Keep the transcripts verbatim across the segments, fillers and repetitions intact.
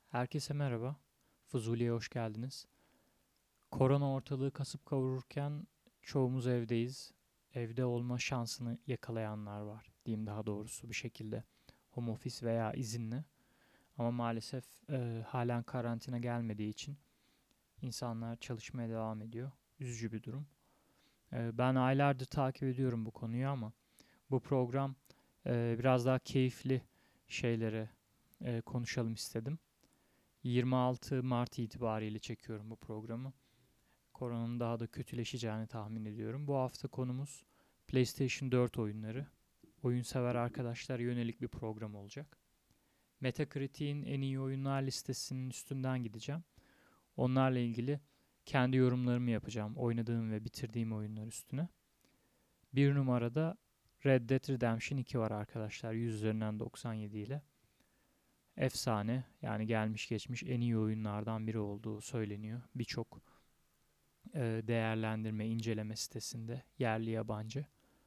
Herkese merhaba. Fuzuli'ye hoş geldiniz. Korona ortalığı kasıp kavururken çoğumuz evdeyiz. Evde olma şansını yakalayanlar var diyeyim daha doğrusu bir şekilde. Home office veya izinli. Ama maalesef e, halen karantina gelmediği için insanlar çalışmaya devam ediyor. Üzücü bir durum. E, ben aylardır takip ediyorum bu konuyu ama bu program e, biraz daha keyifli şeylere e, konuşalım istedim. yirmi altı Mart itibariyle çekiyorum bu programı. Koronanın daha da kötüleşeceğini tahmin ediyorum. Bu hafta konumuz PlayStation dört oyunları. Oyun sever arkadaşlar yönelik bir program olacak. Metacritic'in en iyi oyunlar listesinin üstünden gideceğim. Onlarla ilgili kendi yorumlarımı yapacağım. Oynadığım ve bitirdiğim oyunlar üstüne. Bir numarada Red Dead Redemption iki var arkadaşlar. yüz üzerinden doksan yedi ile. Efsane, yani gelmiş geçmiş en iyi oyunlardan biri olduğu söyleniyor. Birçok e, değerlendirme, inceleme sitesinde yerli yabancı.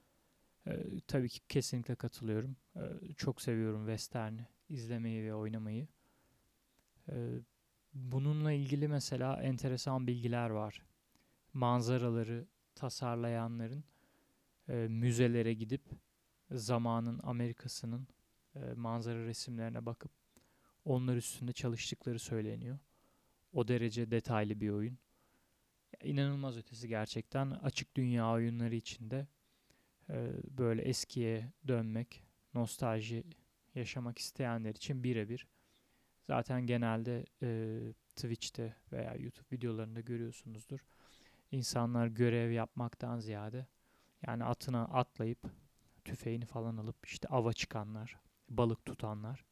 E, tabii ki kesinlikle katılıyorum. E, çok seviyorum Western'i izlemeyi ve oynamayı. E, Bununla ilgili mesela enteresan bilgiler var. Manzaraları tasarlayanların e, müzelere gidip zamanın Amerika'sının e, manzara resimlerine bakıp onlar üstünde çalıştıkları söyleniyor. O derece detaylı bir oyun. İnanılmaz ötesi gerçekten. Açık dünya oyunları içinde e, böyle eskiye dönmek, nostalji yaşamak isteyenler için birebir. Zaten genelde e, Twitch'te veya YouTube videolarında görüyorsunuzdur. İnsanlar görev yapmaktan ziyade yani atına atlayıp tüfeğini falan alıp işte ava çıkanlar, balık tutanlar.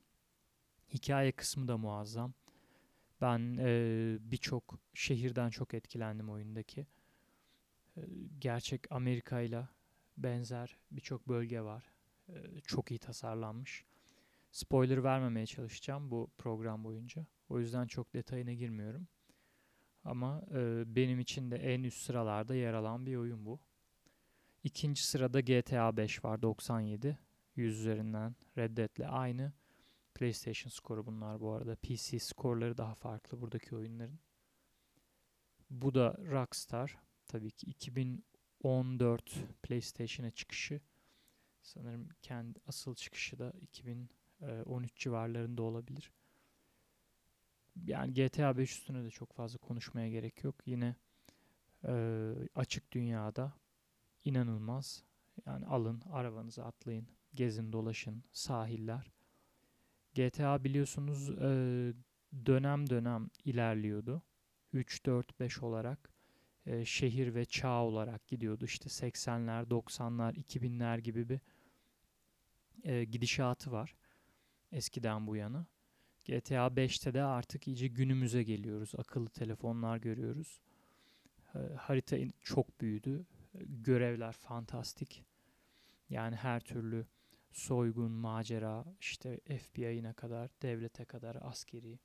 Hikaye kısmı da muazzam. Ben e, birçok şehirden çok etkilendim oyundaki. E, Gerçek Amerika ile benzer birçok bölge var. E, çok iyi tasarlanmış. Spoiler vermemeye çalışacağım bu program boyunca. O yüzden çok detayına girmiyorum. Ama e, benim için de en üst sıralarda yer alan bir oyun bu. İkinci sırada G T A beş var doksan yedi. yüz üzerinden Red Dead'le aynı. PlayStation skoru bunlar bu arada. P C skorları daha farklı buradaki oyunların. Bu da Rockstar. Tabii ki iki bin on dört PlayStation'a çıkışı. Sanırım kendi asıl çıkışı da iki bin on üç civarlarında olabilir. Yani G T A beş üstüne de çok fazla konuşmaya gerek yok. Yine e, açık dünyada inanılmaz. Yani alın arabanızı atlayın, gezin dolaşın, sahiller. G T A biliyorsunuz e, dönem dönem ilerliyordu. üç, dört, beş olarak e, şehir ve çağ olarak gidiyordu. İşte seksenler, doksanlar, iki binler gibi bir e, gidişatı var eskiden bu yana. G T A beşte de artık iyice günümüze geliyoruz. Akıllı telefonlar görüyoruz. E, harita çok büyüdü. E, Görevler fantastik. Yani her türlü soygun, macera, işte F B I'ına kadar, devlete kadar, askeri.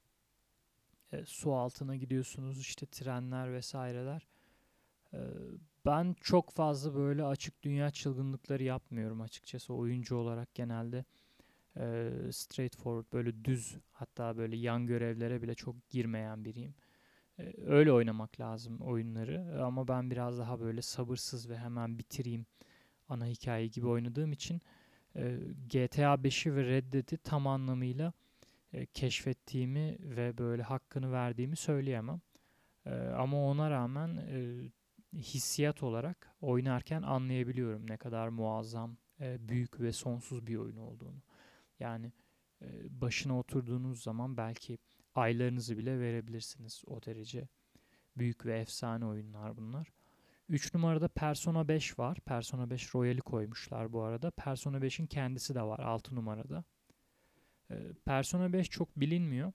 E, su altına gidiyorsunuz, işte trenler vesaireler. E, Ben çok fazla böyle açık dünya çılgınlıkları yapmıyorum açıkçası. Oyuncu olarak genelde e, straightforward, böyle düz, hatta böyle yan görevlere bile çok girmeyen biriyim. E, öyle oynamak lazım oyunları. Ama ben biraz daha böyle sabırsız ve hemen bitireyim ana hikaye gibi oynadığım için e, G T A beşi ve Red Dead'i tam anlamıyla e, keşfettiğimi ve böyle hakkını verdiğimi söyleyemem. E, ama ona rağmen e, hissiyat olarak oynarken anlayabiliyorum ne kadar muazzam, e, büyük ve sonsuz bir oyun olduğunu. Yani e, başına oturduğunuz zaman belki aylarınızı bile verebilirsiniz. O derece büyük ve efsane oyunlar bunlar. üç numarada Persona beş var. Persona beş Royale'i koymuşlar bu arada. Persona beşin kendisi de var altı numarada. Ee, Persona beş çok bilinmiyor.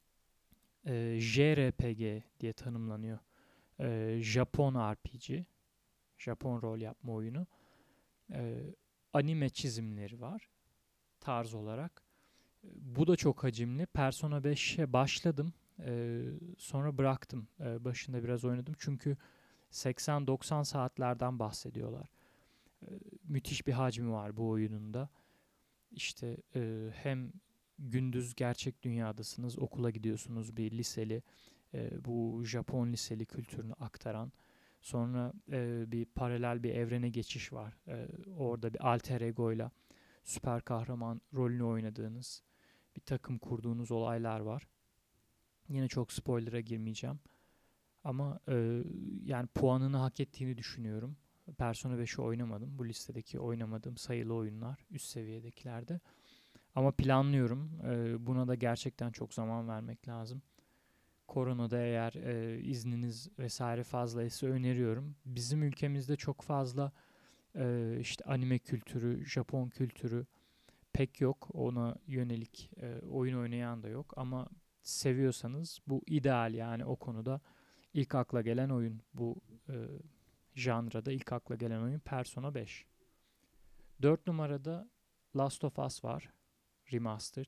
Ee, J R P G diye tanımlanıyor. Ee, Japon R P G. Japon rol yapma oyunu. Ee, Anime çizimleri var tarz olarak. Ee, Bu da çok hacimli. Persona beşe başladım. Ee, sonra bıraktım. Ee, başında biraz oynadım. Çünkü seksen doksan saatlerden bahsediyorlar. Ee, Müthiş bir hacmi var bu oyunun da. İşte e, hem gündüz gerçek dünyadasınız, okula gidiyorsunuz, bir liseli, e, bu Japon liseli kültürünü aktaran. Sonra e, bir paralel bir evrene geçiş var. E, orada bir alter egoyla süper kahraman rolünü oynadığınız, bir takım kurduğunuz olaylar var. Yine çok spoiler'a girmeyeceğim. Ama e, yani puanını hak ettiğini düşünüyorum. Persona beşi oynamadım. Bu listedeki oynamadığım sayılı oyunlar üst seviyedekilerde. Ama planlıyorum. E, buna da gerçekten çok zaman vermek lazım. Koronada eğer e, izniniz vesaire fazlaysa öneriyorum. Bizim ülkemizde çok fazla e, işte anime kültürü, Japon kültürü pek yok. Ona yönelik e, oyun oynayan da yok. Ama seviyorsanız bu ideal, yani o konuda ilk akla gelen oyun, bu e, janrada ilk akla gelen oyun Persona beş. Dört numarada Last of Us var. Remastered.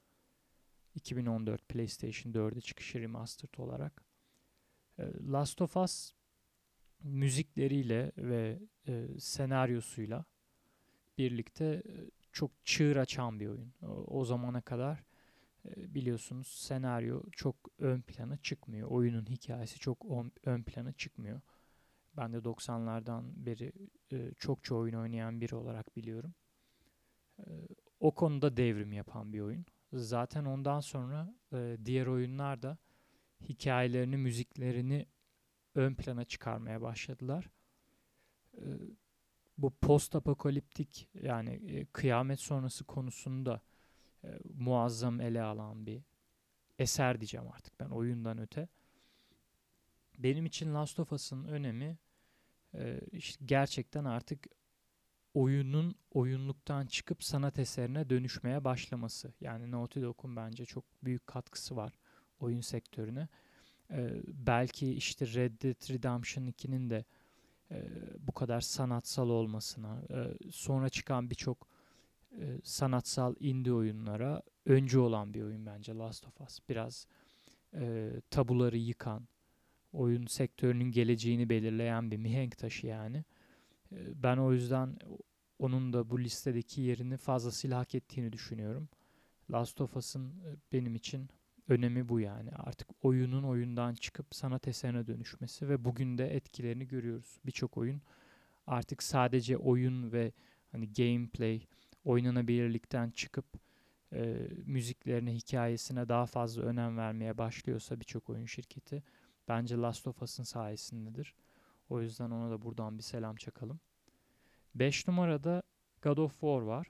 iki bin on dört PlayStation dörde çıkışı remastered olarak. E, Last of Us müzikleriyle ve e, senaryosuyla birlikte e, çok çığır açan bir oyun. O, o zamana kadar e, biliyorsunuz senaryo çok ön plana çıkmıyor. Oyunun hikayesi çok on, ön plana çıkmıyor. Ben de doksanlardan beri e, çokça oyun oynayan biri olarak biliyorum. E, O konuda devrim yapan bir oyun. Zaten ondan sonra e, diğer oyunlar da hikayelerini, müziklerini ön plana çıkarmaya başladılar. E, Bu post apokaliptik, yani e, kıyamet sonrası konusunu da e, muazzam ele alan bir eser diyeceğim artık ben, oyundan öte. Benim için Last of Us'ın önemi e, işte gerçekten artık oyunun oyunluktan çıkıp sanat eserine dönüşmeye başlaması. Yani Naughty Dog'un bence çok büyük katkısı var oyun sektörüne. Ee, belki işte Red Dead Redemption ikinin de e, bu kadar sanatsal olmasına, e, sonra çıkan birçok e, sanatsal indie oyunlara öncü olan bir oyun bence Last of Us. Biraz e, tabuları yıkan, oyun sektörünün geleceğini belirleyen bir mihenk taşı yani. E, ben o yüzden onun da bu listedeki yerini fazlasıyla hak ettiğini düşünüyorum. Last of Us'ın e, benim için önemi bu yani. Artık oyunun oyundan çıkıp sanat eserine dönüşmesi ve bugün de etkilerini görüyoruz. Birçok oyun artık sadece oyun ve hani gameplay, oynanabilirlikten çıkıp e, müziklerine, hikayesine daha fazla önem vermeye başlıyorsa birçok oyun şirketi, bence Last of Us'ın sayesindedir. O yüzden ona da buradan bir selam çakalım. Beş numarada God of War var.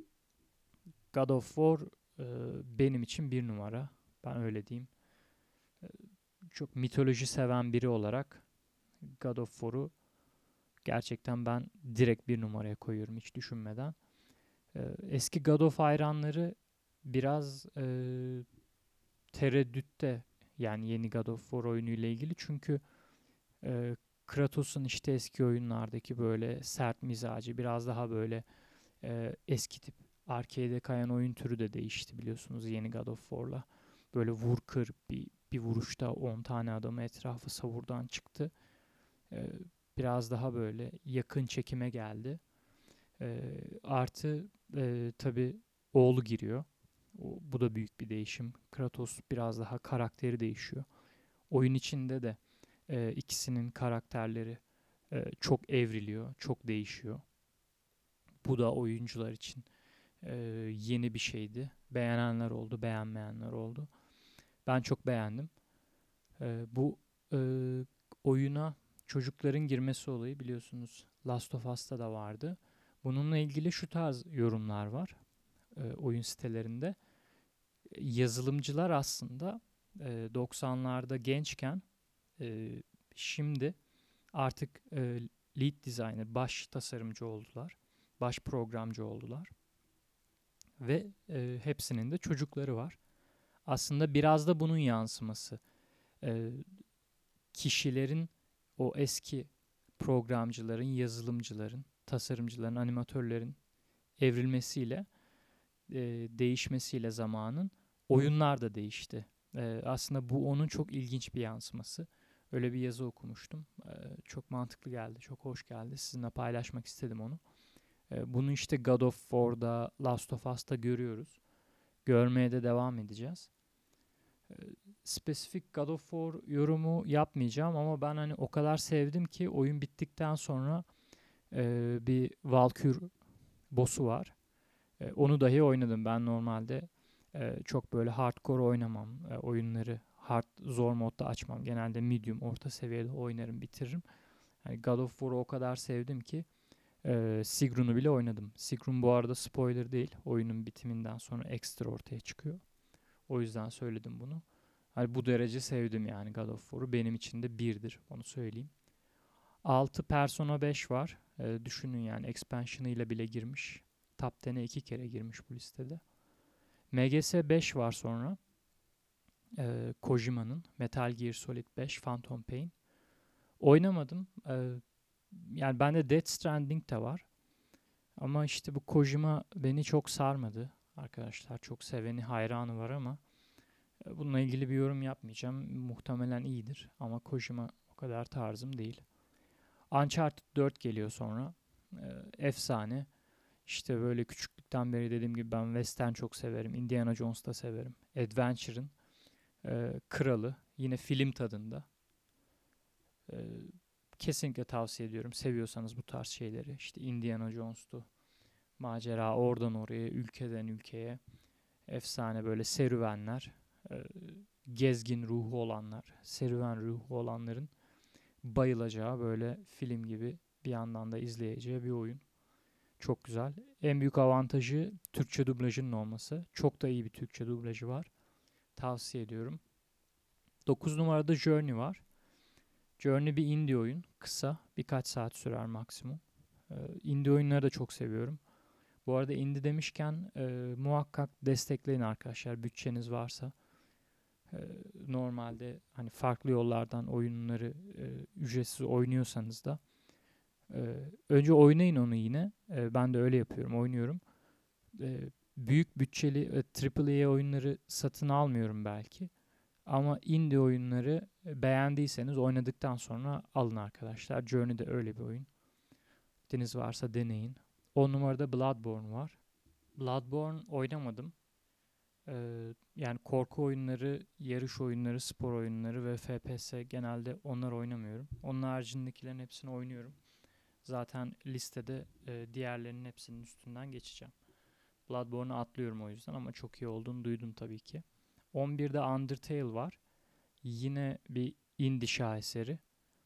God of War e, benim için bir numara. Ben öyle diyeyim. E, Çok mitoloji seven biri olarak God of War'u gerçekten ben direkt bir numaraya koyuyorum hiç düşünmeden. E, eski God of hayranları biraz e, tereddütte, yani yeni God of War oyunu ile ilgili. Çünkü e, Kratos'un işte eski oyunlardaki böyle sert mizacı, biraz daha böyle e, eski tip arcade'e kayan oyun türü de değişti biliyorsunuz yeni God of War'la. Böyle vur kır, bir, bir vuruşta on tane adamı etrafı savurdan çıktı. E, Biraz daha böyle yakın çekime geldi. E, artı e, tabii oğlu giriyor. O, bu da büyük bir değişim. Kratos biraz daha karakteri değişiyor. Oyun içinde de e, ikisinin karakterleri e, çok evriliyor, çok değişiyor. Bu da oyuncular için e, yeni bir şeydi. Beğenenler oldu, beğenmeyenler oldu. Ben çok beğendim. E, bu e, oyuna çocukların girmesi olayı biliyorsunuz Last of Us'ta da vardı. Bununla ilgili şu tarz yorumlar var e, oyun sitelerinde. Yazılımcılar aslında e, doksanlarda gençken e, şimdi artık e, lead designer, baş tasarımcı oldular. Baş programcı oldular. Ve e, hepsinin de çocukları var. Aslında biraz da bunun yansıması. E, Kişilerin, o eski programcıların, yazılımcıların, tasarımcıların, animatörlerin evrilmesiyle, e, değişmesiyle zamanın oyunlar da değişti. E, aslında bu onun çok ilginç bir yansıması. Öyle bir yazı okumuştum. E, çok mantıklı geldi, çok hoş geldi. Sizinle paylaşmak istedim onu. E, bunu işte God of War'da, Last of Us'ta görüyoruz. Görmeye de devam edeceğiz. E, spesifik God of War yorumu yapmayacağım ama ben hani o kadar sevdim ki oyun bittikten sonra e, bir Valkyr boss'u var. E, onu dahi oynadım. Ben normalde e, çok böyle hardcore oynamam. E, oyunları hard zor modda açmam. Genelde medium, orta seviyede oynarım, bitiririm. Yani God of War'u o kadar sevdim ki e, Sigrun'u bile oynadım. Sigrun bu arada spoiler değil. Oyunun bitiminden sonra ekstra ortaya çıkıyor. O yüzden söyledim bunu. Hani bu derece sevdim yani God of War'u. Benim için de birdir. Onu söyleyeyim. altı Persona beş var. E, düşünün yani expansion'ı ile bile girmiş. Top ten'e iki kere girmiş bu listede. M G S beş var sonra. E, Kojima'nın Metal Gear Solid beş Phantom Pain. Oynamadım. E, yani bende Death Stranding de var. Ama işte bu Kojima beni çok sarmadı. Arkadaşlar çok seveni hayranı var ama e, bununla ilgili bir yorum yapmayacağım. Muhtemelen iyidir ama Kojima o kadar tarzım değil. Uncharted dört geliyor sonra. E, efsane. İşte böyle küçüklükten beri dediğim gibi ben Western çok severim. Indiana Jones da severim. Adventure'ın e, kralı. Yine film tadında. E, kesinlikle tavsiye ediyorum. Seviyorsanız bu tarz şeyleri. İşte Indiana Jones'tu. Macera oradan oraya, ülkeden ülkeye. Efsane böyle serüvenler. E, gezgin ruhu olanlar, serüven ruhu olanların bayılacağı böyle film gibi bir yandan da izleyeceği bir oyun. Çok güzel. En büyük avantajı Türkçe dublajının olması. Çok da iyi bir Türkçe dublajı var. Tavsiye ediyorum. dokuz numarada Journey var. Journey bir indie oyun. Kısa. Birkaç saat sürer maksimum. Ee, indie oyunları da çok seviyorum. Bu arada indie demişken e, muhakkak destekleyin arkadaşlar. Bütçeniz varsa. E, normalde hani farklı yollardan oyunları e, ücretsiz oynuyorsanız da e, önce oynayın onu yine. E, ben de öyle yapıyorum. Oynuyorum. E, büyük bütçeli e, triple A oyunları satın almıyorum belki. Ama indie oyunları e, beğendiyseniz oynadıktan sonra alın arkadaşlar. Journey de öyle bir oyun. Vaktiniz varsa deneyin. on numarada Bloodborne var. Bloodborne oynamadım. Ee, yani korku oyunları, yarış oyunları, spor oyunları ve F P S genelde onlar oynamıyorum. Onun haricindekilerin hepsini oynuyorum. Zaten listede e, diğerlerinin hepsinin üstünden geçeceğim. Bloodborne'u atlıyorum o yüzden ama çok iyi olduğunu duydum tabii ki. on birde Undertale var. Yine bir indie şaheseri.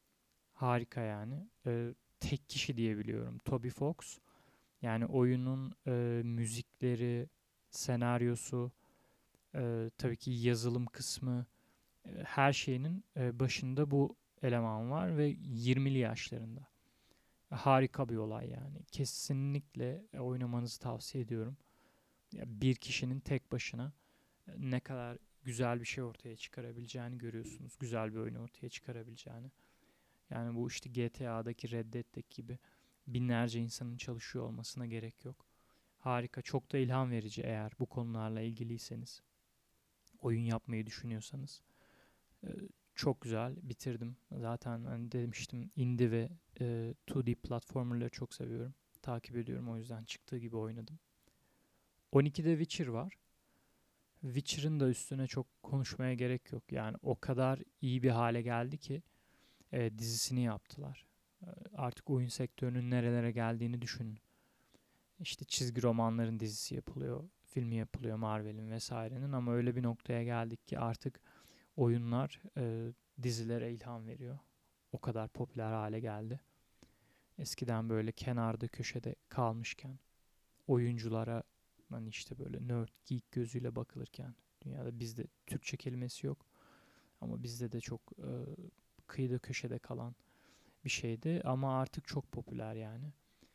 Harika yani. Ee, tek kişi diyebiliyorum. Toby Fox. Yani oyunun e, müzikleri, senaryosu, e, tabii ki yazılım kısmı, e, her şeyinin e, başında bu eleman var ve yirmili yaşlarında. Harika bir olay yani. Kesinlikle e, oynamanızı tavsiye ediyorum. Ya bir kişinin tek başına e, ne kadar güzel bir şey ortaya çıkarabileceğini görüyorsunuz. Güzel bir oyun ortaya çıkarabileceğini. Yani bu işte G T A'daki Red Dead'deki gibi binlerce insanın çalışıyor olmasına gerek yok. Harika, çok da ilham verici eğer bu konularla ilgiliyseniz. Oyun yapmayı düşünüyorsanız. Ee, çok güzel, bitirdim. Zaten hani demiştim indie ve e, iki D platformerları çok seviyorum. Takip ediyorum, o yüzden çıktığı gibi oynadım. on ikide Witcher var. Witcher'ın da üstüne çok konuşmaya gerek yok. Yani o kadar iyi bir hale geldi ki e, dizisini yaptılar. E, artık oyun sektörünün nerelere geldiğini düşünün. İşte çizgi romanların dizisi yapılıyor, filmi yapılıyor Marvel'in vesairenin ama öyle bir noktaya geldik ki artık oyunlar e, dizilere ilham veriyor. O kadar popüler hale geldi. Eskiden böyle kenarda köşede kalmışken oyunculara hani işte böyle nerd geek gözüyle bakılırken dünyada bizde Türkçe kelimesi yok ama bizde de çok e, kıyıda köşede kalan bir şeydi ama artık çok popüler yani.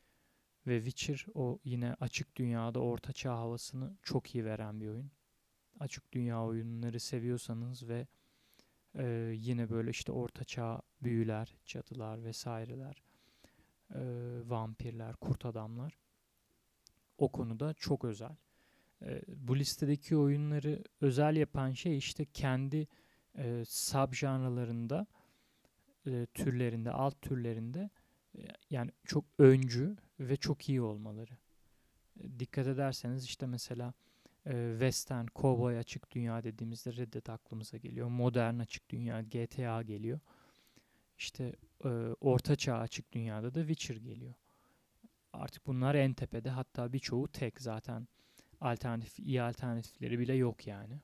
Ve Witcher o yine açık dünyada ortaçağ havasını çok iyi veren bir oyun. Açık dünya oyunları seviyorsanız ve e, yine böyle işte ortaçağ büyüler, cadılar vesaireler, e, vampirler, kurt adamlar o konuda çok özel. E, bu listedeki oyunları özel yapan şey işte kendi e, subjanralarında, e, türlerinde, alt türlerinde e, yani çok öncü ve çok iyi olmaları. E, dikkat ederseniz işte mesela E, Western, Cowboy açık dünya dediğimizde Red Dead aklımıza geliyor. Modern açık dünya G T A geliyor. İşte e, Orta Çağ açık dünyada da Witcher geliyor. Artık bunlar en tepede, hatta birçoğu tek zaten, alternatif, iyi alternatifleri bile yok yani.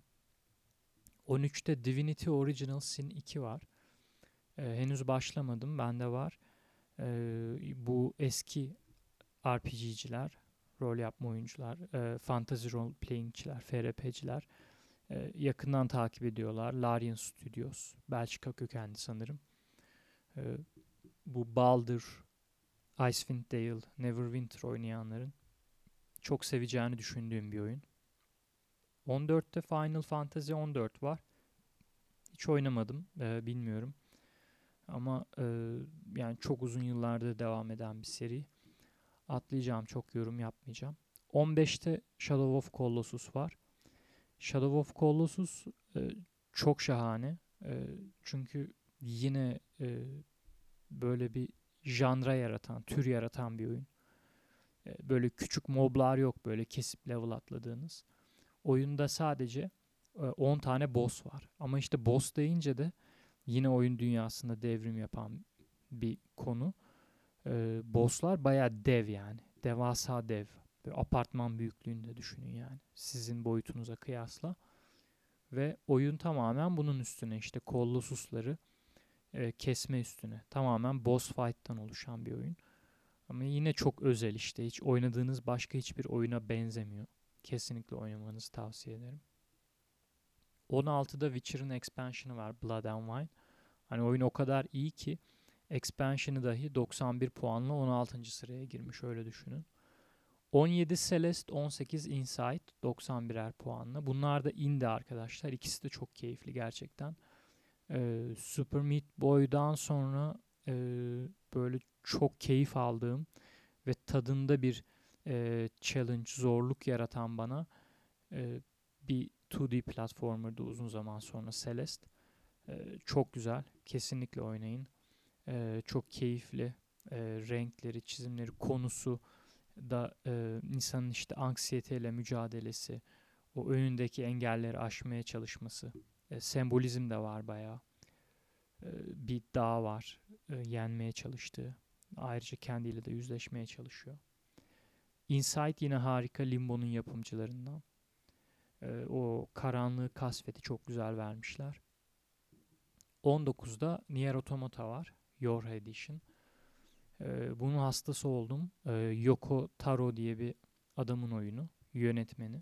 on üçte Divinity Original Sin iki var. Ee, henüz başlamadım, bende var. Ee, bu eski R P G'ciler, rol yapma oyuncular, e, fantasy role playing'ciler, F R P'ciler e, yakından takip ediyorlar. Larian Studios, Belçika kökenli sanırım. Ee, bu Baldur, Icewind Dale, Neverwinter oynayanların çok seveceğini düşündüğüm bir oyun. on dörtte Final Fantasy on dört var. Hiç oynamadım, e, bilmiyorum. Ama e, yani çok uzun yıllardır devam eden bir seri. Atlayacağım, çok yorum yapmayacağım. on beşte Shadow of Colossus var. Shadow of Colossus e, çok şahane. E, çünkü yine e, böyle bir janra yaratan, tür yaratan bir oyun. E, böyle küçük moblar yok, böyle kesip level atladığınız. Oyunda sadece e, on tane boss var. Ama işte boss deyince de yine oyun dünyasında devrim yapan bir konu. Ee, bosslar bayağı dev yani. Devasa dev. Böyle apartman büyüklüğünde düşünün yani. Sizin boyutunuza kıyasla. Ve oyun tamamen bunun üstüne, işte Colossus'ları e, kesme üstüne. Tamamen boss fight'tan oluşan bir oyun. Ama yine çok özel işte. Hiç oynadığınız başka hiçbir oyuna benzemiyor. Kesinlikle oynamanızı tavsiye ederim. on altıda Witcher'ın expansion'ı var, Blood and Wine. Hani oyun o kadar iyi ki expansion'ı dahi doksan bir puanla on altıncı sıraya girmiş, öyle düşünün. on yedi Celeste, on sekiz Inside, doksan birer puanla. Bunlar da indie arkadaşlar. İkisi de çok keyifli gerçekten. Ee, Super Meat Boy'dan sonra e, böyle çok keyif aldığım ve tadında bir e, challenge, zorluk yaratan bana e, bir iki D platformer'dı uzun zaman sonra Celeste. E, çok güzel. Kesinlikle oynayın. E, çok keyifli. E, renkleri, çizimleri, konusu da e, insanın işte anksiyeteyle mücadelesi, o önündeki engelleri aşmaya çalışması. E, sembolizm de var bayağı. E, bir dağ var, e, yenmeye çalıştığı. Ayrıca kendiyle de yüzleşmeye çalışıyor. Inside yine harika, Limbo'nun yapımcılarından. E, o karanlığı, kasveti çok güzel vermişler. on dokuzda Nier Automata var. Your Edition. E, bunun hastası oldum. E, Yoko Taro diye bir adamın oyunu. Yönetmeni.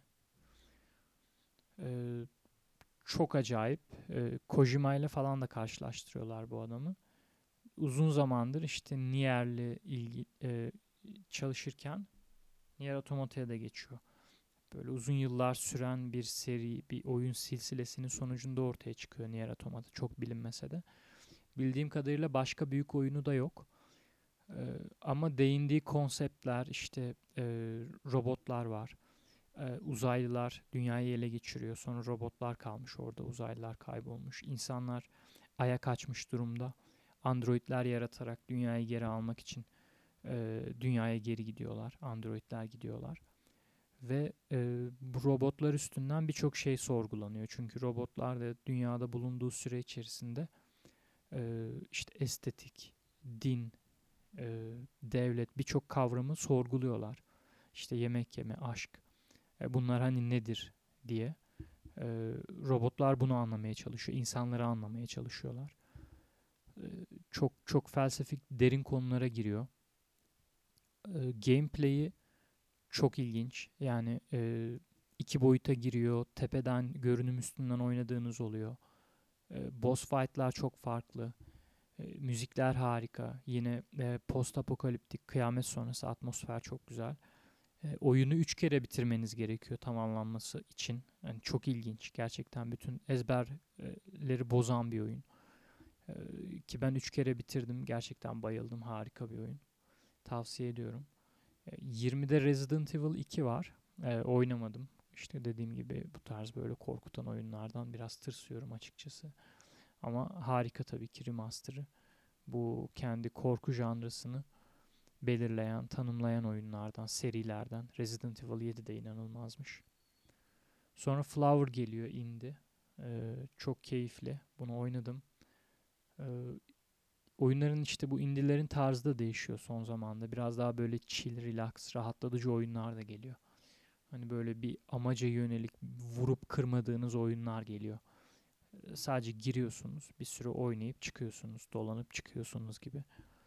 E, çok acayip. E, Kojima ile falan da karşılaştırıyorlar bu adamı. Uzun zamandır işte Nier'le ilgi e, çalışırken Nier Automata'ya da geçiyor. Böyle uzun yıllar süren bir seri, bir oyun silsilesinin sonucunda ortaya çıkıyor Nier Automata. Çok bilinmese de. Bildiğim kadarıyla başka büyük oyunu da yok. Ee, ama değindiği konseptler, işte e, robotlar var. Ee, uzaylılar dünyayı ele geçiriyor. Sonra robotlar kalmış orada. Uzaylılar kaybolmuş. İnsanlar aya kaçmış durumda. Androidler yaratarak dünyayı geri almak için e, dünyaya geri gidiyorlar. Androidler gidiyorlar. Ve e, bu robotlar üstünden birçok şey sorgulanıyor. Çünkü robotlar da dünyada bulunduğu süre içerisinde e, işte estetik, din, e, devlet, birçok kavramı sorguluyorlar. İşte yemek yeme, aşk, e, bunlar hani nedir diye. E, robotlar bunu anlamaya çalışıyor, insanları anlamaya çalışıyorlar. E, çok çok felsefik, derin konulara giriyor. E, gameplay'i çok ilginç. Yani e, iki boyuta giriyor. Tepeden, görünüm üstünden oynadığınız oluyor. E, boss fight'lar çok farklı. E, müzikler harika. Yine e, post apokaliptik, kıyamet sonrası atmosfer çok güzel. E, oyunu üç kere bitirmeniz gerekiyor tamamlanması için. Yani çok ilginç. Gerçekten bütün ezberleri bozan bir oyun. E, ki ben üç kere bitirdim. Gerçekten bayıldım. Harika bir oyun. Tavsiye ediyorum. E, yirmide Resident Evil iki var. E, oynamadım. İşte dediğim gibi bu tarz böyle korkutan oyunlardan biraz tırsıyorum açıkçası. Ama harika tabii ki remaster'ı. Bu kendi korku janrasını belirleyen, tanımlayan oyunlardan, serilerden. Resident Evil yedi de inanılmazmış. Sonra Flower geliyor indie. Ee, çok keyifli. Bunu oynadım. Ee, oyunların işte bu indie'lerin tarzı da değişiyor son zamanda. Biraz daha böyle chill, relax, rahatlatıcı oyunlar da geliyor. Hani böyle bir amaca yönelik vurup kırmadığınız oyunlar geliyor. Ee, sadece giriyorsunuz, bir süre oynayıp çıkıyorsunuz, dolanıp çıkıyorsunuz gibi.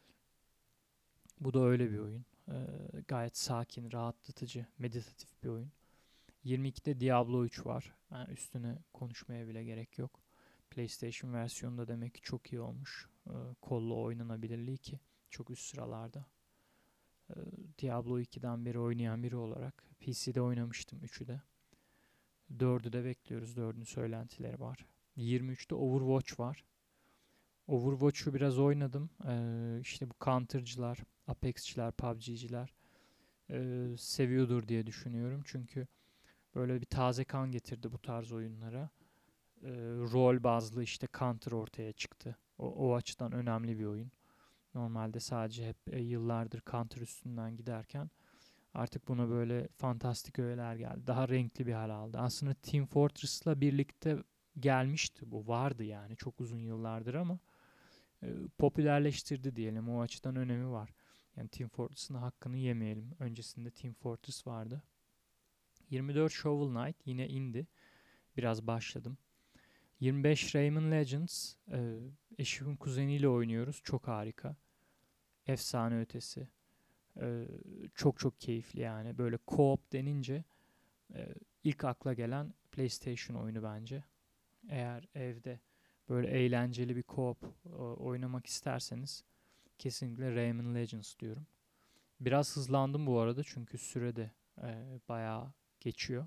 Bu da öyle bir oyun. Ee, gayet sakin, rahatlatıcı, meditatif bir oyun. yirmi ikide Diablo üç var. Yani üstüne konuşmaya bile gerek yok. PlayStation versiyonu da demek ki çok iyi olmuş. Ee, kollu oynanabilirliği ki çok üst sıralarda. Ee, Diablo ikiden beri oynayan biri olarak P C'de oynamıştım üçü de. dördü de bekliyoruz. dördün söylentileri var. yirmi üçte Overwatch var. Overwatch'u biraz oynadım. Ee, işte bu Counter'cılar, Apex'çiler, P U B G'ciler e, seviyordur diye düşünüyorum. Çünkü böyle bir taze kan getirdi bu tarz oyunlara. E, rol bazlı işte Counter ortaya çıktı. O, o açıdan önemli bir oyun. Normalde sadece hep e, yıllardır Counter üstünden giderken artık buna böyle fantastik öğeler geldi. Daha renkli bir hal aldı. Aslında Team Fortress'la birlikte gelmişti bu. Vardı yani çok uzun yıllardır ama e, popülerleştirdi diyelim. O açıdan önemi var. Yani Team Fortress'ın hakkını yemeyelim. Öncesinde Team Fortress vardı. yirmi dört Shovel Knight yine indi. Biraz başladım. yirmi beş Rayman Legends. E, eşimin kuzeniyle oynuyoruz. Çok harika. Efsane ötesi. E, çok çok keyifli yani. Böyle co-op denince e, ilk akla gelen PlayStation oyunu bence. Eğer evde böyle eğlenceli bir co-op e, oynamak isterseniz kesinlikle Rayman Legends diyorum. Biraz hızlandım bu arada çünkü sürede e, bayağı geçiyor.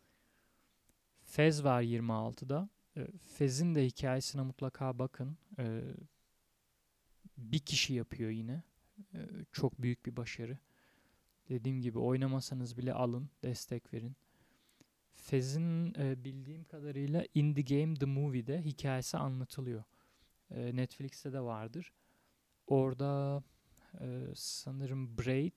Fez var yirmi altıda. E, Fez'in de hikayesine mutlaka bakın. E, bir kişi yapıyor yine. E, çok büyük bir başarı. Dediğim gibi oynamasanız bile alın, destek verin. Fez'in e, bildiğim kadarıyla In The Game The Movie'de hikayesi anlatılıyor. E, Netflix'te de vardır. Orada e, sanırım Braid,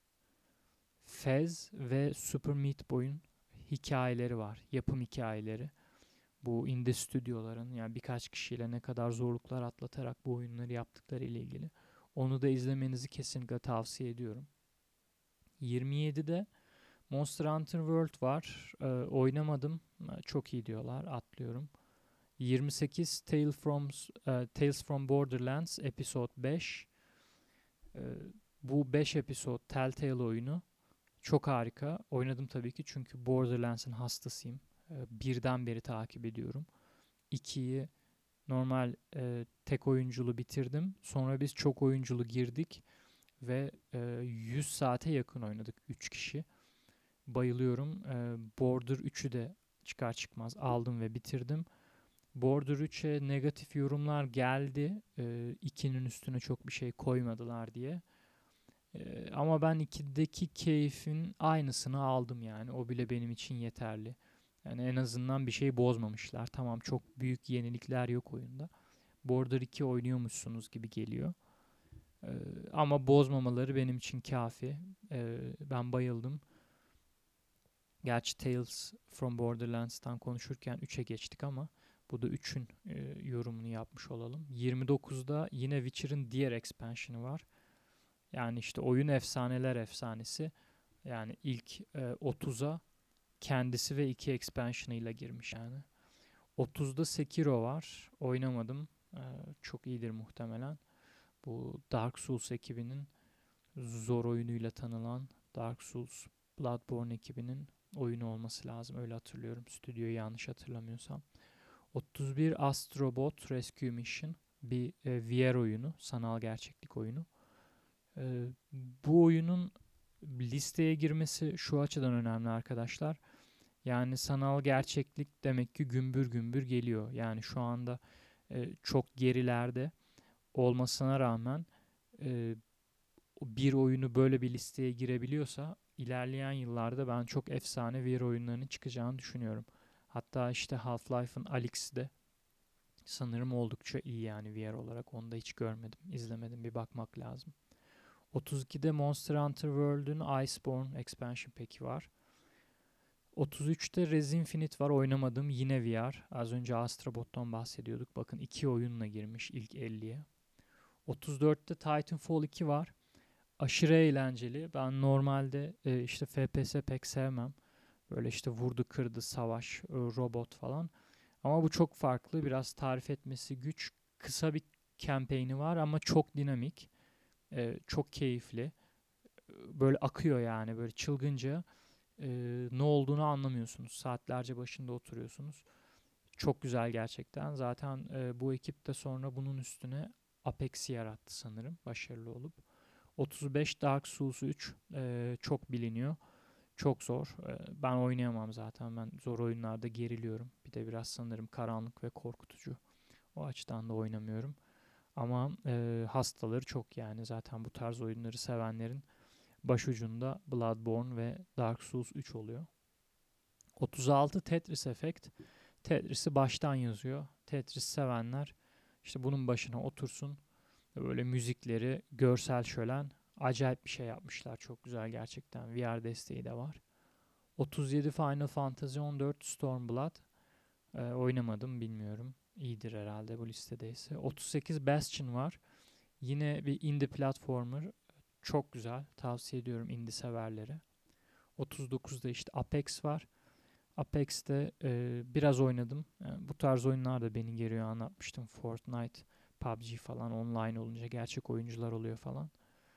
Fez ve Super Meat Boy'un hikayeleri var. Yapım hikayeleri. Bu indie stüdyoların yani birkaç kişiyle ne kadar zorluklar atlatarak bu oyunları yaptıkları ile ilgili. Onu da izlemenizi kesinlikle tavsiye ediyorum. yirmi yedide Monster Hunter World var. Ee, oynamadım. Ee, Çok iyi diyorlar. Atlıyorum. yirmi sekiz Tale from, e, Tales from Borderlands Episode beş. Ee, bu beş episod Telltale oyunu. Çok harika. Oynadım tabii ki çünkü Borderlands'ın hastasıyım. Ee, birden beri takip ediyorum. ikiyi normal e, tek oyunculu bitirdim. Sonra biz çok oyunculu girdik ve e, yüz saate yakın oynadık üç kişi. Bayılıyorum. E, Border üçü de çıkar çıkmaz aldım ve bitirdim. Border üçe negatif yorumlar geldi. E, ikinin üstüne çok bir şey koymadılar diye. E, ama ben ikideki keyfin aynısını aldım yani. O bile benim için yeterli. Yani en azından bir şey bozmamışlar. Tamam çok büyük yenilikler yok oyunda. Border iki oynuyormuşsunuz gibi geliyor. Ee, ama bozmamaları benim için kafi. Ee, ben bayıldım. Gerçi Tales from Borderlands'tan konuşurken üçe geçtik ama bu da üçün e, yorumunu yapmış olalım. yirmi dokuzda yine Witcher'ın diğer expansion'ı var. Yani işte oyun efsaneler efsanesi. Yani ilk e, otuza kendisi ve iki expansion'ıyla girmiş yani. otuzda Sekiro var. Oynamadım. Ee, çok iyidir muhtemelen. Bu Dark Souls ekibinin zor oyunuyla tanınan Dark Souls Bloodborne ekibinin oyunu olması lazım. Öyle hatırlıyorum. Stüdyoyu yanlış hatırlamıyorsam. otuz bir Astrobot Rescue Mission bir e, V R oyunu. Sanal gerçeklik oyunu. E, bu oyunun listeye girmesi şu açıdan önemli arkadaşlar. Yani sanal gerçeklik demek ki gümbür gümbür geliyor. Yani şu anda e, çok gerilerde olmasına rağmen e, bir oyunu böyle bir listeye girebiliyorsa ilerleyen yıllarda ben çok efsane V R oyunlarının çıkacağını düşünüyorum. Hatta işte Half-Life'ın Alyx'i de sanırım oldukça iyi yani V R olarak. Onu da hiç görmedim, izlemedim. Bir bakmak lazım. otuz ikide Monster Hunter World'ün Iceborne Expansion Pack'i var. otuz üçte Rez Infinite var, oynamadım. Yine V R. Az önce Astrobot'tan bahsediyorduk. Bakın iki oyunla girmiş ilk elliye. otuz dörtte Titanfall iki var. Aşırı eğlenceli. Ben normalde e, işte F P S pek sevmem. Böyle işte vurdu kırdı savaş, e, robot falan. Ama bu çok farklı. Biraz tarif etmesi güç. Kısa bir campaign'i var ama çok dinamik. E, çok keyifli. Böyle akıyor yani, böyle çılgınca. E, ne olduğunu anlamıyorsunuz. Saatlerce başında oturuyorsunuz. Çok güzel gerçekten. Zaten e, bu ekip de sonra bunun üstüne Apex'i yarattı sanırım, başarılı olup. otuz beş Dark Souls üç e, çok biliniyor. Çok zor. E, ben oynayamam zaten. Ben zor oyunlarda geriliyorum. Bir de biraz sanırım karanlık ve korkutucu. O açıdan da oynamıyorum. Ama e, hastaları çok yani. Zaten bu tarz oyunları sevenlerin başucunda Bloodborne ve Dark Souls üç oluyor. otuz altı Tetris Effect. Tetris'i baştan yazıyor. Tetris sevenler işte bunun başına otursun. Böyle müzikleri, görsel şölen, acayip bir şey yapmışlar. Çok güzel gerçekten. V R desteği de var. otuz yedi Final Fantasy on dört Stormblood. Ee, oynamadım, bilmiyorum. İyidir herhalde bu listedeyse. otuz sekiz Bastion var. Yine bir indie platformer. Çok güzel. Tavsiye ediyorum indie severlere. otuz dokuzda işte Apex var. Apex'te e, biraz oynadım. Yani bu tarz oyunlar da beni geriyor, anlatmıştım. Fortnite, P U B G falan online olunca gerçek oyuncular oluyor falan.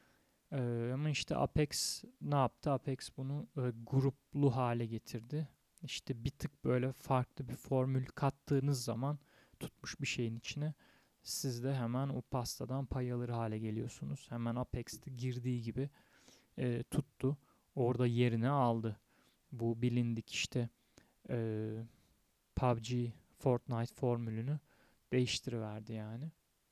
E, ama işte Apex ne yaptı? Apex bunu e, gruplu hale getirdi. İşte bir tık böyle farklı bir formül kattığınız zaman tutmuş bir şeyin içine siz de hemen o pastadan pay alır hale geliyorsunuz. Hemen Apex'te girdiği gibi e, tuttu. Orada yerini aldı. Bu bilindik işte e, P U B G, Fortnite formülünü değiştiriverdi yani.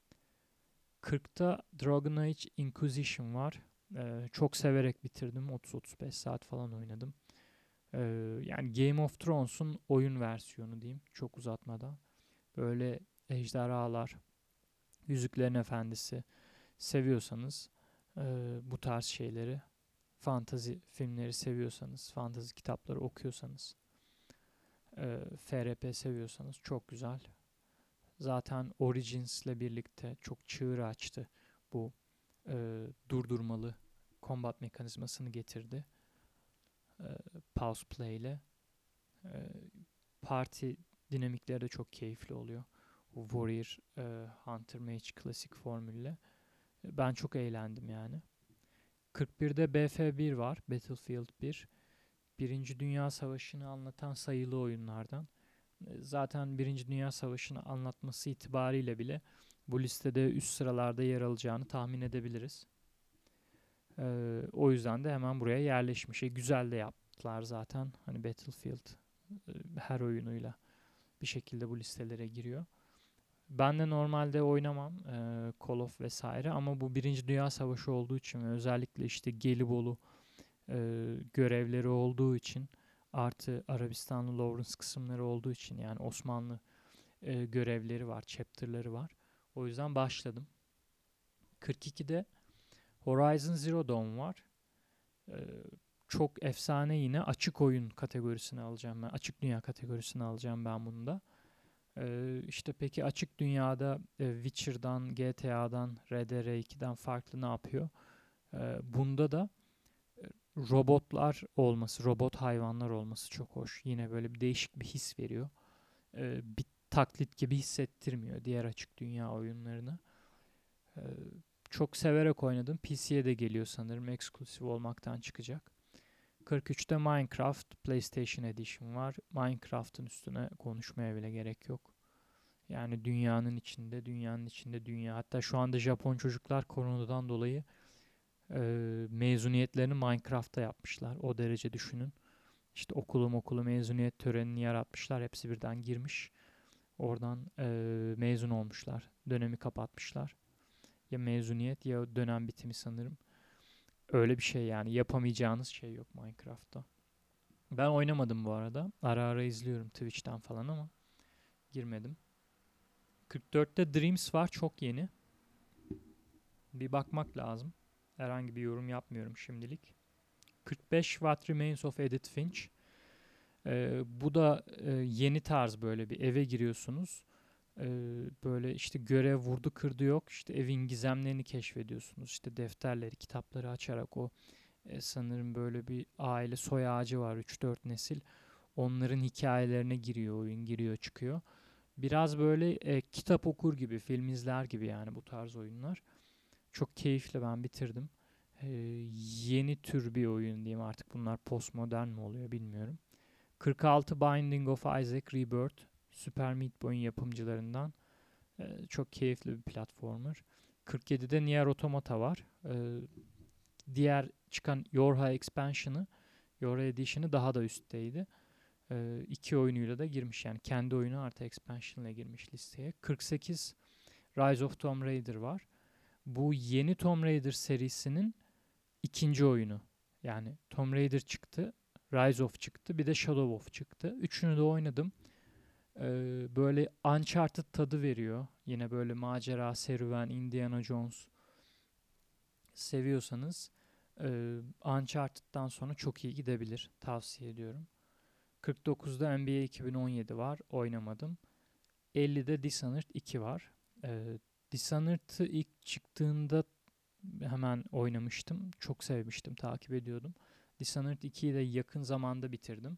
kırkta Dragon Age Inquisition var. E, çok severek bitirdim. otuz otuz beş saat falan oynadım. E, yani Game of Thrones'un oyun versiyonu diyeyim. Çok uzatmadan. Böyle ejderhalar, Yüzüklerin Efendisi seviyorsanız, e, bu tarz şeyleri, fantazi filmleri seviyorsanız, fantazi kitapları okuyorsanız, e, F R P seviyorsanız çok güzel. Zaten Origins ile birlikte çok çığır açtı. Bu e, durdurmalı combat mekanizmasını getirdi. E, pause play ile. E, parti dinamikleri de çok keyifli oluyor. Bu Warrior, e, Hunter Mage klasik formülle. E, ben çok eğlendim yani. kırk birde B F bir var. Battlefield bir. Birinci Dünya Savaşı'nı anlatan sayılı oyunlardan. Zaten Birinci Dünya Savaşı'nı anlatması itibariyle bile bu listede üst sıralarda yer alacağını tahmin edebiliriz. Ee, o yüzden de hemen buraya yerleşmiş. E, güzel de yaptılar zaten. Hani Battlefield e, her oyunuyla bir şekilde bu listelere giriyor. Ben de normalde oynamam e, Call of vesaire, ama bu Birinci Dünya Savaşı olduğu için ve özellikle işte Gelibolu e, görevleri olduğu için, artı Arabistanlı Lawrence kısımları olduğu için, yani Osmanlı e, görevleri var, chapter'ları var. O yüzden başladım. kırk ikide Horizon Zero Dawn var. E, çok efsane, yine açık oyun kategorisine alacağım ben. Açık dünya kategorisine alacağım ben bunu da. E, işte peki açık dünyada e, Witcher'dan, G T A'dan, R D R iki'den farklı ne yapıyor? E, bunda da robotlar olması, robot hayvanlar olması çok hoş. Yine böyle bir değişik bir his veriyor. Ee, bir taklit gibi hissettirmiyor diğer açık dünya oyunlarını. Ee, çok severek oynadım. P C'ye de geliyor sanırım. Eksklusif olmaktan çıkacak. kırk üçte Minecraft PlayStation Edition var. Minecraft'ın üstüne konuşmaya bile gerek yok. Yani dünyanın içinde, dünyanın içinde dünya. Hatta şu anda Japon çocuklar koronadan dolayı e, mezuniyetlerini Minecraft'ta yapmışlar. O derece düşünün. İşte okulu okulu mezuniyet törenini yaratmışlar. Hepsi birden girmiş. Oradan e, mezun olmuşlar. Dönemi kapatmışlar. Ya mezuniyet ya dönem bitimi sanırım. Öyle bir şey yani. Yapamayacağınız şey yok Minecraft'ta. Ben oynamadım bu arada. Ara ara izliyorum Twitch'ten falan ama girmedim. kırk dörtte Dreams var. Çok yeni. Bir bakmak lazım. Herhangi bir yorum yapmıyorum şimdilik. kırk beş What Remains of Edith Finch. Ee, bu da e, yeni tarz, böyle bir eve giriyorsunuz. Ee, böyle işte görev vurdu kırdı yok. İşte evin gizemlerini keşfediyorsunuz. İşte defterleri, kitapları açarak o e, sanırım böyle bir aile soy ağacı var, üç dört nesil. Onların hikayelerine giriyor oyun, giriyor çıkıyor. Biraz böyle e, kitap okur gibi, film izler gibi yani bu tarz oyunlar. Çok keyifli, ben bitirdim. Ee, yeni tür bir oyun diyeyim artık, bunlar postmodern mi oluyor bilmiyorum. kırk altı Binding of Isaac Rebirth, Super Meat Boy'un yapımcılarından. Ee, çok keyifli bir platformer. kırk yedide Nier Automata var. Ee, diğer çıkan Yorha Expansion'ı, Yorha Edition'ı daha da üstteydi. Ee, iki oyunuyla da girmiş, yani kendi oyunu artı expansion ile girmiş listeye. kırk sekiz Rise of Tomb Raider var. Bu yeni Tomb Raider serisinin ikinci oyunu. Yani Tomb Raider çıktı, Rise of çıktı, bir de Shadow of çıktı. Üçünü de oynadım. Ee, böyle Uncharted tadı veriyor. Yine böyle macera, serüven, Indiana Jones seviyorsanız e, Uncharted'dan sonra çok iyi gidebilir. Tavsiye ediyorum. kırk dokuzda N B A iki bin on yedi var. Oynamadım. ellide Dishonored iki var. Ee, Dishonored'ı ilk çıktığında hemen oynamıştım. Çok sevmiştim, takip ediyordum. Dishonored ikiyi de yakın zamanda bitirdim.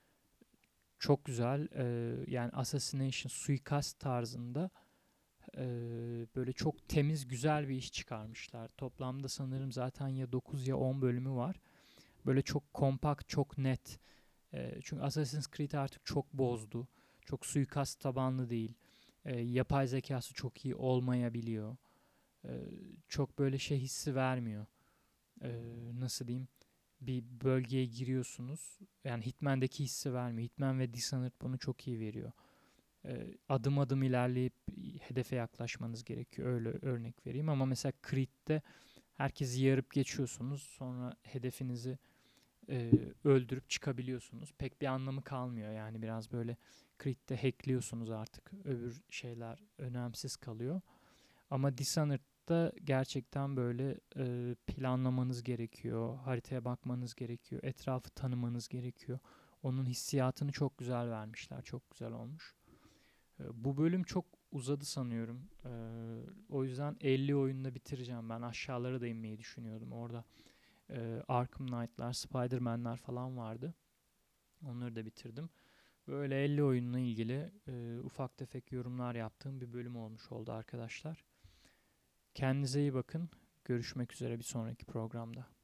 Çok güzel. Ee, yani Assassination, suikast tarzında e, böyle çok temiz, güzel bir iş çıkarmışlar. Toplamda sanırım zaten ya dokuz ya on bölümü var. Böyle çok kompakt, çok net. E, çünkü Assassin's Creed artık çok bozdu. Çok suikast tabanlı değil. E, yapay zekası çok iyi olmayabiliyor. E, çok böyle şey hissi vermiyor. E, nasıl diyeyim? Bir bölgeye giriyorsunuz. Yani Hitman'daki hissi vermiyor. Hitman ve Dishonored bunu çok iyi veriyor. E, adım adım ilerleyip hedefe yaklaşmanız gerekiyor. Öyle örnek vereyim. Ama mesela Creed'de herkesi yarıp geçiyorsunuz. Sonra hedefinizi e, öldürüp çıkabiliyorsunuz. Pek bir anlamı kalmıyor. Yani biraz böyle Creed'de hackliyorsunuz artık. Öbür şeyler önemsiz kalıyor. Ama Dishonored'da gerçekten böyle e, planlamanız gerekiyor. Haritaya bakmanız gerekiyor. Etrafı tanımanız gerekiyor. Onun hissiyatını çok güzel vermişler. Çok güzel olmuş. E, bu bölüm çok uzadı sanıyorum. E, o yüzden elli oyunda bitireceğim. Ben aşağılara da inmeyi düşünüyordum. Orada e, Arkham Knight'lar, Spider-Man'ler falan vardı. Onları da bitirdim. Böyle elli oyunla ilgili e, ufak tefek yorumlar yaptığım bir bölüm olmuş oldu arkadaşlar. Kendinize iyi bakın. Görüşmek üzere bir sonraki programda.